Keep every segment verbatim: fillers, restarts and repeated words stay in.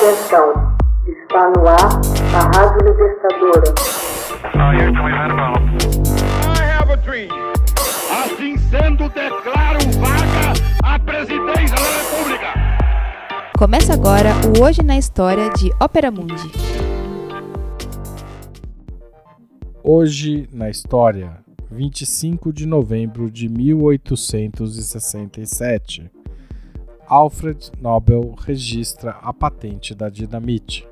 Atenção, está no ar a Rádio Libertadora. I have a dream. Assim sendo, declaro vaga a presidência da República. Começa agora o Hoje na História de Ópera Mundi. Hoje na História, vinte e cinco de novembro de mil oitocentos e sessenta e sete. Alfred Nobel registra a patente da dinamite.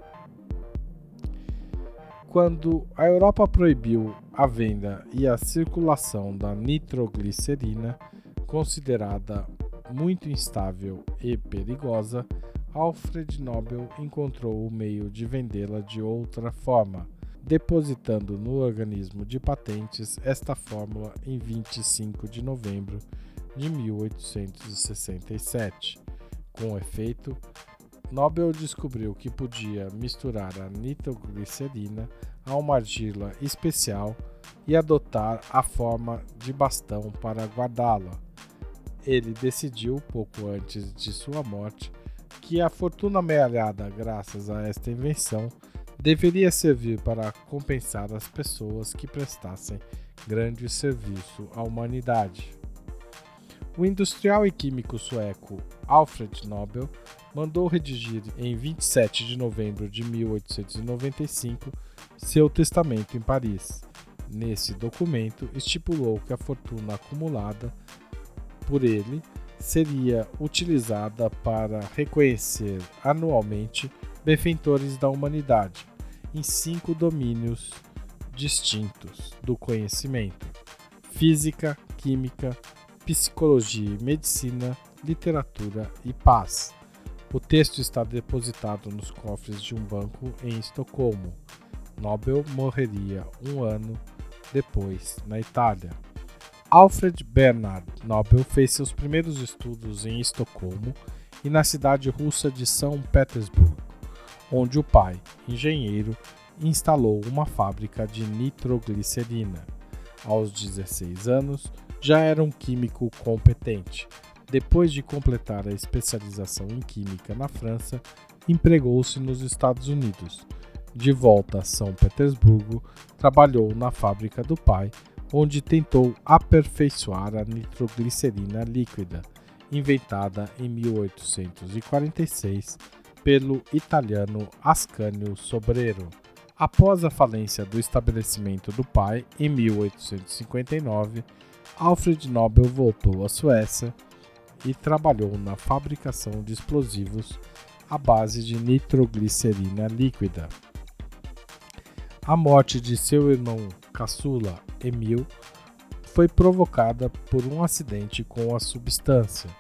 Quando a Europa proibiu a venda e a circulação da nitroglicerina, considerada muito instável e perigosa, Alfred Nobel encontrou o meio de vendê-la de outra forma, depositando no organismo de patentes esta fórmula em vinte e cinco de novembro de mil oitocentos e sessenta e sete. Com efeito, Nobel descobriu que podia misturar a nitroglicerina a uma argila especial e adotar a forma de bastão para guardá-la. Ele decidiu, pouco antes de sua morte, que a fortuna amealhada graças a esta invenção deveria servir para compensar as pessoas que prestassem grande serviço à humanidade. O industrial e químico sueco Alfred Nobel mandou redigir em vinte e sete de novembro de mil oitocentos e noventa e cinco seu testamento em Paris. Nesse documento, estipulou que a fortuna acumulada por ele seria utilizada para reconhecer anualmente benfeitores da humanidade em cinco domínios distintos do conhecimento: física, química, psicologia e medicina, literatura e paz. O texto está depositado nos cofres de um banco em Estocolmo. Nobel morreria um ano depois na Itália. Alfred Bernhard Nobel fez seus primeiros estudos em Estocolmo e na cidade russa de São Petersburgo, onde o pai, engenheiro, instalou uma fábrica de nitroglicerina. Aos dezesseis anos, já era um químico competente. Depois de completar a especialização em química na França, empregou-se nos Estados Unidos. De volta a São Petersburgo, trabalhou na fábrica do pai, onde tentou aperfeiçoar a nitroglicerina líquida, inventada em mil oitocentos e quarenta e seis pelo italiano Ascanio Sobrero. Após a falência do estabelecimento do pai, em mil oitocentos e cinquenta e nove, Alfred Nobel voltou à Suécia e trabalhou na fabricação de explosivos à base de nitroglicerina líquida. A morte de seu irmão caçula, Emil, foi provocada por um acidente com a substância.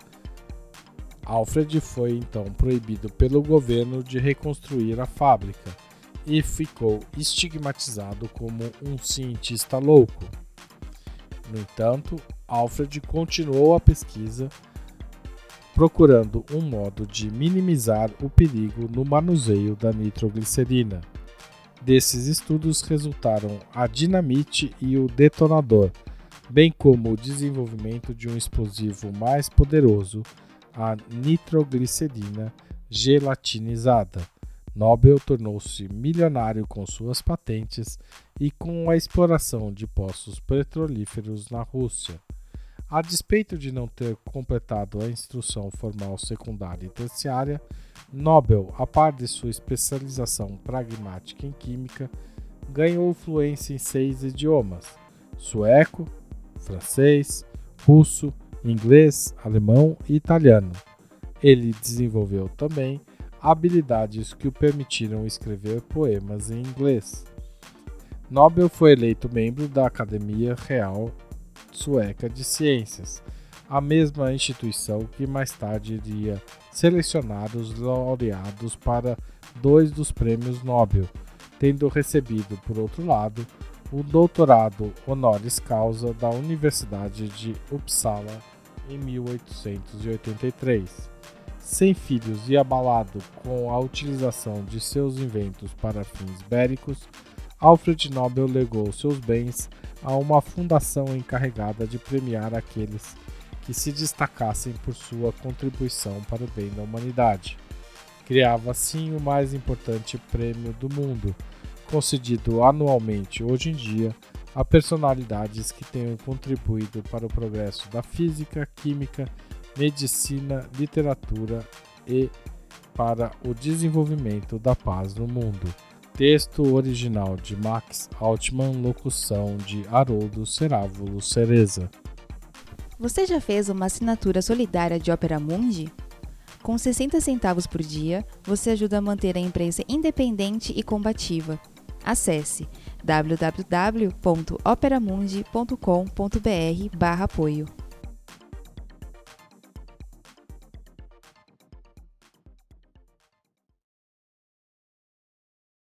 Alfred foi então proibido pelo governo de reconstruir a fábrica e ficou estigmatizado como um cientista louco. No entanto, Alfred continuou a pesquisa, procurando um modo de minimizar o perigo no manuseio da nitroglicerina. Desses estudos resultaram a dinamite e o detonador, bem como o desenvolvimento de um explosivo mais poderoso, a nitroglicerina gelatinizada. Nobel tornou-se milionário com suas patentes e com a exploração de poços petrolíferos na Rússia. A despeito de não ter completado a instrução formal secundária e terciária, Nobel, a par de sua especialização pragmática em química, ganhou fluência em seis idiomas: sueco, francês, russo, inglês, alemão e italiano. Ele desenvolveu também habilidades que o permitiram escrever poemas em inglês. Nobel foi eleito membro da Academia Real Sueca de Ciências, a mesma instituição que mais tarde iria selecionar os laureados para dois dos prêmios Nobel, tendo recebido, por outro lado, o doutorado honoris causa da Universidade de Uppsala em mil oitocentos e oitenta e três. Sem filhos e abalado com a utilização de seus inventos para fins bélicos, Alfred Nobel legou seus bens a uma fundação encarregada de premiar aqueles que se destacassem por sua contribuição para o bem da humanidade. Criava assim o mais importante prêmio do mundo, concedido anualmente hoje em dia a personalidades que tenham contribuído para o progresso da física, química, medicina, literatura e para o desenvolvimento da paz no mundo. Texto original de Max Altman, locução de Haroldo Cerávulo Cereza. Você já fez uma assinatura solidária de Opera Mundi? Com sessenta centavos por dia, você ajuda a manter a imprensa independente e combativa. Acesse w w w ponto operamundi ponto com ponto b r barra apoio.